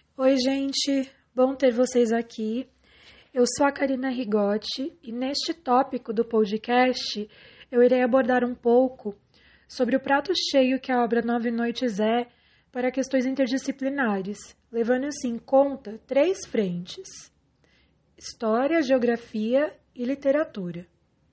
Oi, gente, bom ter vocês aqui. Eu sou a Karina Rigotti e neste tópico do podcast eu irei abordar um pouco sobre o prato cheio que a obra Nove Noites é para questões interdisciplinares, levando-se em conta três frentes: história, geografia e literatura.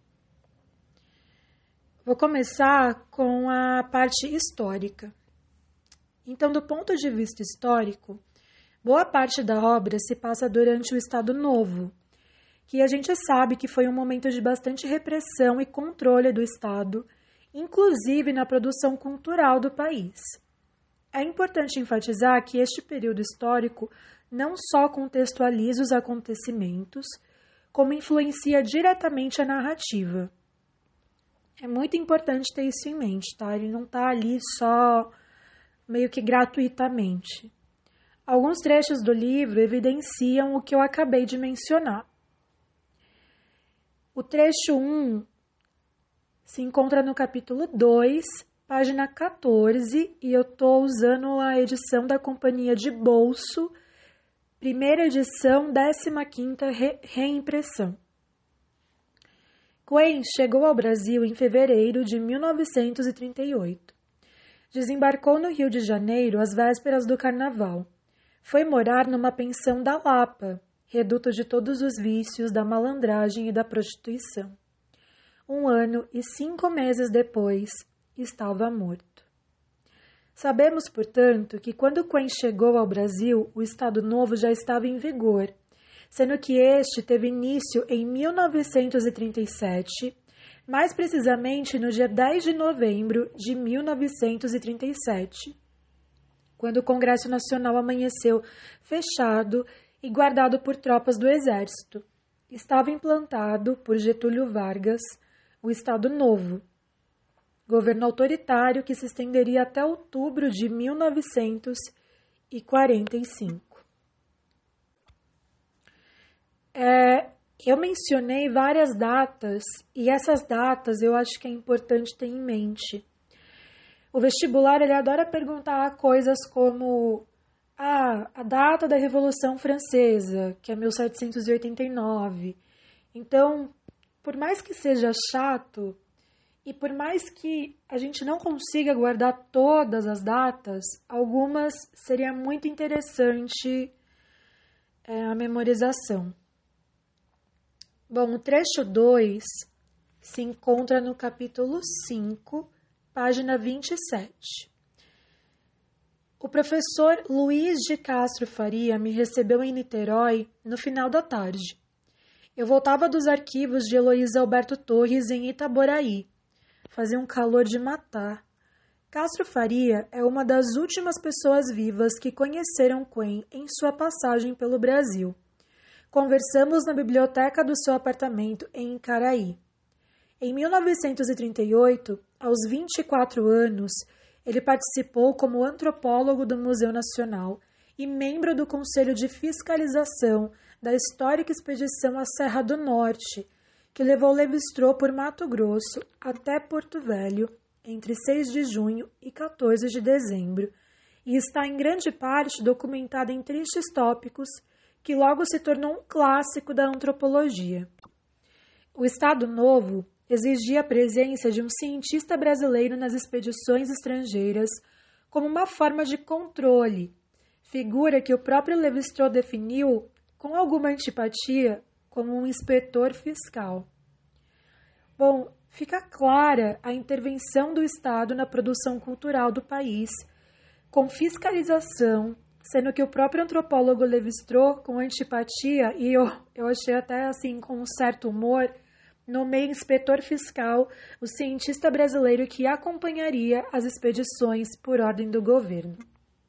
Vou começar com a parte histórica. Então, do ponto de vista histórico, boa parte da obra se passa durante o Estado Novo, que a gente sabe que foi um momento de bastante repressão e controle do Estado, inclusive na produção cultural do país. É importante enfatizar que este período histórico não só contextualiza os acontecimentos, como influencia diretamente a narrativa. É muito importante ter isso em mente, tá? Ele não está ali só meio que gratuitamente. Alguns trechos do livro evidenciam o que eu acabei de mencionar. O trecho 1 se encontra no capítulo 2, página 14, e eu estou usando a edição da Companhia de Bolso, primeira edição, 15ª reimpressão. Quen chegou ao Brasil em fevereiro de 1938. Desembarcou no Rio de Janeiro às vésperas do Carnaval. Foi morar numa pensão da Lapa, reduto de todos os vícios, da malandragem e da prostituição. 1 ano e 5 meses depois, estava morto. Sabemos, portanto, que quando Quen chegou ao Brasil, o Estado Novo já estava em vigor, sendo que este teve início em 1937, mais precisamente no dia 10 de novembro de 1937, quando o Congresso Nacional amanheceu fechado e guardado por tropas do Exército. Estava implantado por Getúlio Vargas o Estado Novo, governo autoritário que se estenderia até outubro de 1945. Eu mencionei várias datas e essas datas eu acho que é importante ter em mente. O vestibular ele adora perguntar coisas como a data da Revolução Francesa, que é 1789. Então, por mais que seja chato e por mais que a gente não consiga guardar todas as datas, algumas seria muito interessante a memorização. Bom, o trecho 2 se encontra no capítulo 5, página 27. O professor Luiz de Castro Faria me recebeu em Niterói no final da tarde. Eu voltava dos arquivos de Heloísa Alberto Torres em Itaboraí. Fazia um calor de matar. Castro Faria é uma das últimas pessoas vivas que conheceram Quen em sua passagem pelo Brasil. Conversamos na biblioteca do seu apartamento em Icaraí. Em 1938, aos 24 anos, ele participou como antropólogo do Museu Nacional e membro do Conselho de Fiscalização da histórica expedição à Serra do Norte, que levou Lévi-Strauss por Mato Grosso até Porto Velho entre 6 de junho e 14 de dezembro, e está em grande parte documentada em tristes tópicos que logo se tornou um clássico da antropologia. O Estado Novo exigia a presença de um cientista brasileiro nas expedições estrangeiras como uma forma de controle, figura que o próprio Lévi-Strauss definiu com alguma antipatia como um inspetor fiscal. Bom, fica clara a intervenção do Estado na produção cultural do país, com fiscalização, sendo que o próprio antropólogo Lévi-Strauss, com antipatia, e eu achei até assim com um certo humor, nomeia inspetor fiscal o cientista brasileiro que acompanharia as expedições por ordem do governo.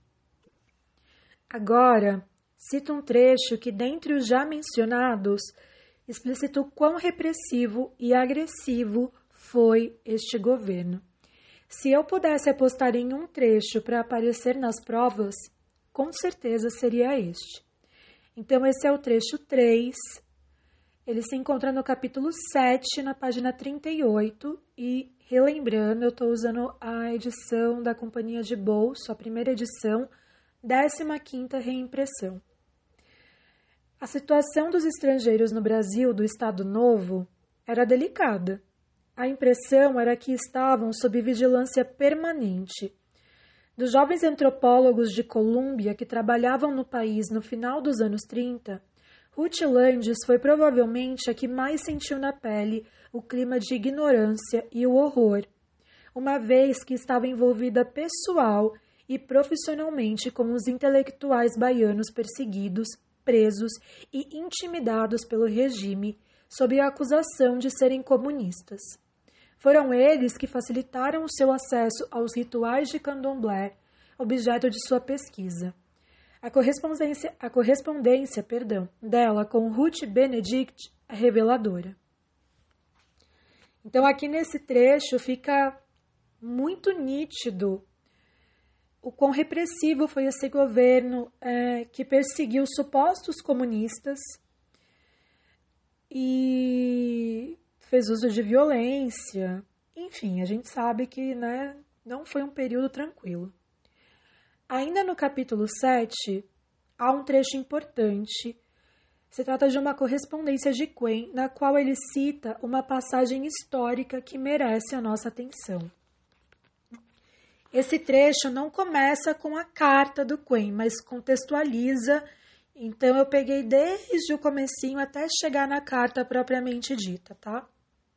Agora, cito um trecho que, dentre os já mencionados, explicita o quão repressivo e agressivo foi este governo. Se eu pudesse apostar em um trecho para aparecer nas provas, com certeza seria este. Então, esse é o trecho 3. Ele se encontra no capítulo 7, na página 38. E, relembrando, eu estou usando a edição da Companhia de Bolso, a primeira edição, 15ª reimpressão. A situação dos estrangeiros no Brasil do Estado Novo era delicada. A impressão era que estavam sob vigilância permanente. Dos jovens antropólogos de Colômbia que trabalhavam no país no final dos anos 30, Ruth Landes foi provavelmente a que mais sentiu na pele o clima de ignorância e o horror, uma vez que estava envolvida pessoal e profissionalmente com os intelectuais baianos perseguidos, presos e intimidados pelo regime sob a acusação de serem comunistas. Foram eles que facilitaram o seu acesso aos rituais de candomblé, objeto de sua pesquisa. A correspondência dela com Ruth Benedict é reveladora. Então, aqui nesse trecho fica muito nítido o quão repressivo foi esse governo que perseguiu supostos comunistas e fez uso de violência. Enfim, a gente sabe que não foi um período tranquilo. Ainda no capítulo 7, há um trecho importante. Se trata de uma correspondência de Quen, na qual ele cita uma passagem histórica que merece a nossa atenção. Esse trecho não começa com a carta do Quen, mas contextualiza. Então, eu peguei desde o comecinho até chegar na carta propriamente dita, tá?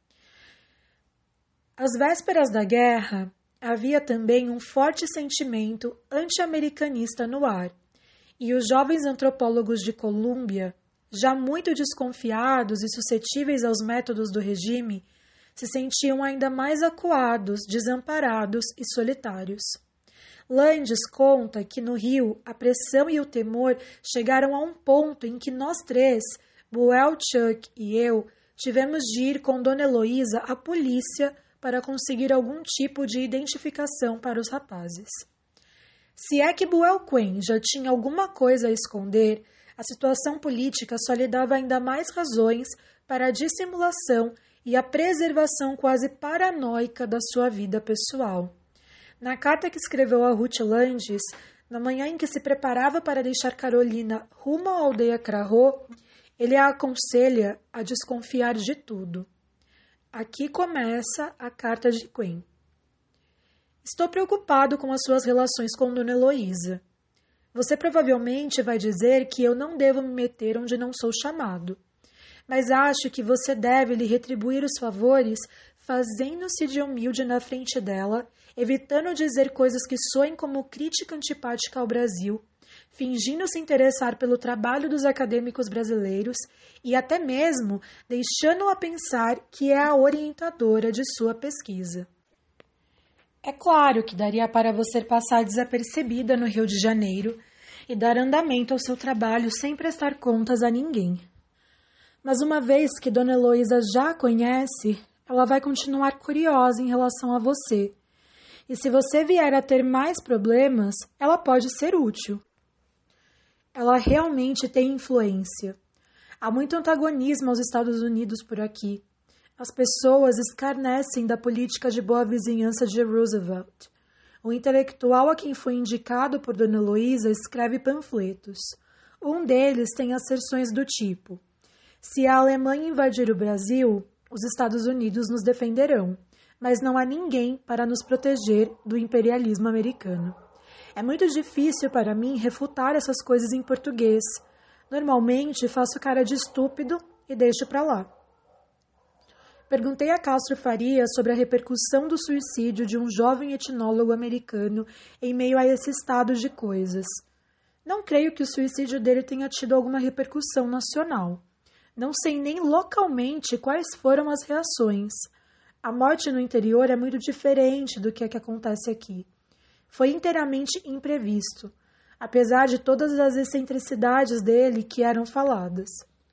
Às vésperas da guerra, havia também um forte sentimento anti-americanista no ar, e os jovens antropólogos de Colômbia, já muito desconfiados e suscetíveis aos métodos do regime, se sentiam ainda mais acuados, desamparados e solitários. Landes conta que no Rio a pressão e o temor chegaram a um ponto em que nós três, Buell, Chuck e eu, tivemos de ir com Dona Heloísa à polícia para conseguir algum tipo de identificação para os rapazes. Se é que Buell Quen já tinha alguma coisa a esconder, a situação política só lhe dava ainda mais razões para a dissimulação e a preservação quase paranoica da sua vida pessoal. Na carta que escreveu a Ruth Landes, na manhã em que se preparava para deixar Carolina rumo à aldeia Crarô, ele a aconselha a desconfiar de tudo. Aqui começa a carta de Quen. Estou preocupado com as suas relações com Dona Heloísa. Você provavelmente vai dizer que eu não devo me meter onde não sou chamado. Mas acho que você deve lhe retribuir os favores fazendo-se de humilde na frente dela, evitando dizer coisas que soem como crítica antipática ao Brasil, fingindo se interessar pelo trabalho dos acadêmicos brasileiros e até mesmo deixando-a pensar que é a orientadora de sua pesquisa. É claro que daria para você passar desapercebida no Rio de Janeiro e dar andamento ao seu trabalho sem prestar contas a ninguém. Mas uma vez que Dona Heloísa já a conhece, ela vai continuar curiosa em relação a você. E se você vier a ter mais problemas, ela pode ser útil. Ela realmente tem influência. Há muito antagonismo aos Estados Unidos por aqui. As pessoas escarnecem da política de boa vizinhança de Roosevelt. O intelectual a quem foi indicado por Dona Heloísa escreve panfletos. Um deles tem asserções do tipo: se a Alemanha invadir o Brasil, os Estados Unidos nos defenderão, mas não há ninguém para nos proteger do imperialismo americano. É muito difícil para mim refutar essas coisas em português. Normalmente faço cara de estúpido e deixo para lá. Perguntei a Castro Faria sobre a repercussão do suicídio de um jovem etnólogo americano em meio a esse estado de coisas. Não creio que o suicídio dele tenha tido alguma repercussão nacional. Não sei nem localmente quais foram as reações. A morte no interior é muito diferente do que acontece aqui. Foi inteiramente imprevisto, apesar de todas as excentricidades dele que eram faladas.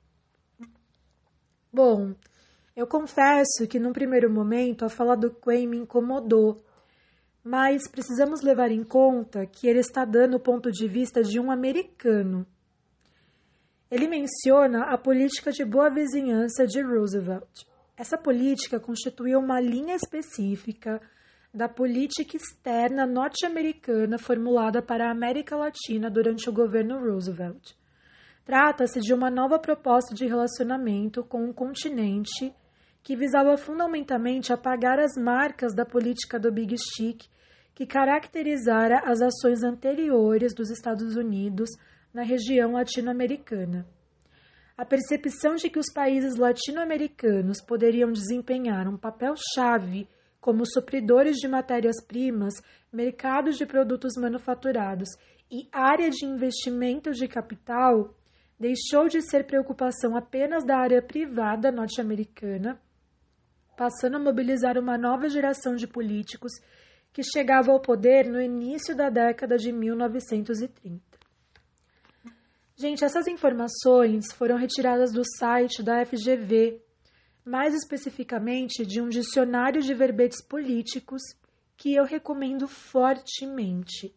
Bom, eu confesso que num primeiro momento a fala do Quen me incomodou, mas precisamos levar em conta que ele está dando o ponto de vista de um americano. Ele menciona a política de boa vizinhança de Roosevelt. Essa política constituiu uma linha específica da política externa norte-americana formulada para a América Latina durante o governo Roosevelt. Trata-se de uma nova proposta de relacionamento com um continente que visava fundamentalmente apagar as marcas da política do Big Stick que caracterizara as ações anteriores dos Estados Unidos na região latino-americana. A percepção de que os países latino-americanos poderiam desempenhar um papel-chave como supridores de matérias-primas, mercados de produtos manufaturados e área de investimento de capital, deixou de ser preocupação apenas da área privada norte-americana, passando a mobilizar uma nova geração de políticos que chegava ao poder no início da década de 1930. Gente, essas informações foram retiradas do site da FGV, mais especificamente de um dicionário de verbetes políticos que eu recomendo fortemente.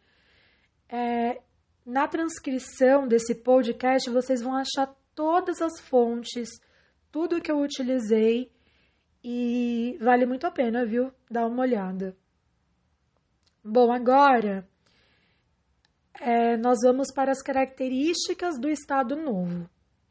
Na transcrição desse podcast, vocês vão achar todas as fontes, tudo que eu utilizei e vale muito a pena, viu? Dá uma olhada. Bom, agora nós vamos para as características do Estado Novo.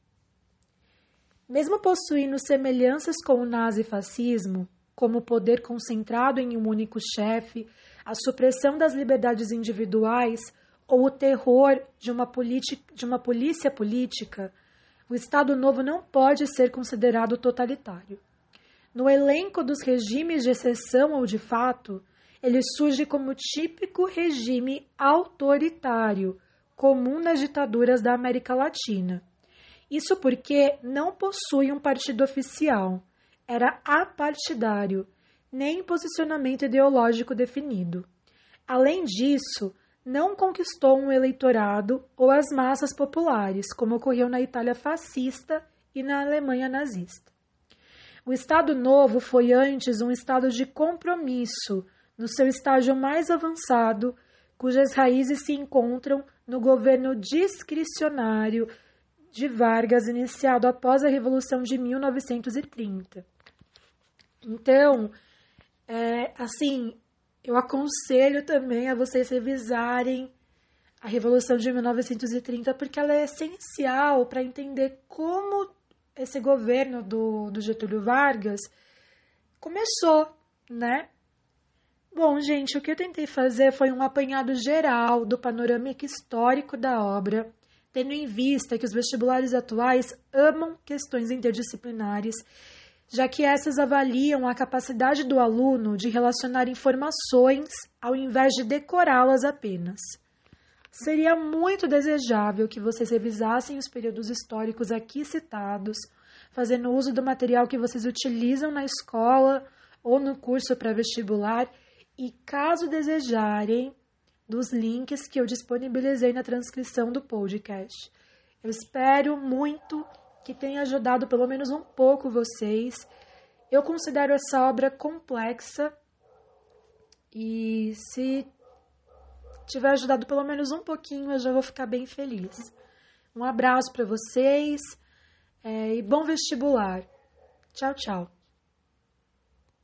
Mesmo possuindo semelhanças com o nazifascismo, como o poder concentrado em um único chefe, a supressão das liberdades individuais ou o terror de uma polícia política, o Estado Novo não pode ser considerado totalitário. No elenco dos regimes de exceção ou de fato, ele surge como típico regime autoritário, comum nas ditaduras da América Latina. Isso porque não possui um partido oficial, era apartidário, nem posicionamento ideológico definido. Além disso, não conquistou um eleitorado ou as massas populares, como ocorreu na Itália fascista e na Alemanha nazista. O Estado Novo foi antes um estado de compromisso, no seu estágio mais avançado, cujas raízes se encontram no governo discricionário de Vargas, iniciado após a Revolução de 1930. Então, eu aconselho também a vocês revisarem a Revolução de 1930, porque ela é essencial para entender como esse governo do Getúlio Vargas começou, né? Bom, gente, o que eu tentei fazer foi um apanhado geral do panorâmico histórico da obra, tendo em vista que os vestibulares atuais amam questões interdisciplinares, já que essas avaliam a capacidade do aluno de relacionar informações ao invés de decorá-las apenas. Seria muito desejável que vocês revisassem os períodos históricos aqui citados, fazendo uso do material que vocês utilizam na escola ou no curso pré-vestibular e, caso desejarem, dos links que eu disponibilizei na transcrição do podcast. Eu espero muito que tenha ajudado pelo menos um pouco vocês. Eu considero essa obra complexa e se tiver ajudado pelo menos um pouquinho, eu já vou ficar bem feliz. Um abraço para vocês e bom vestibular. Tchau, tchau.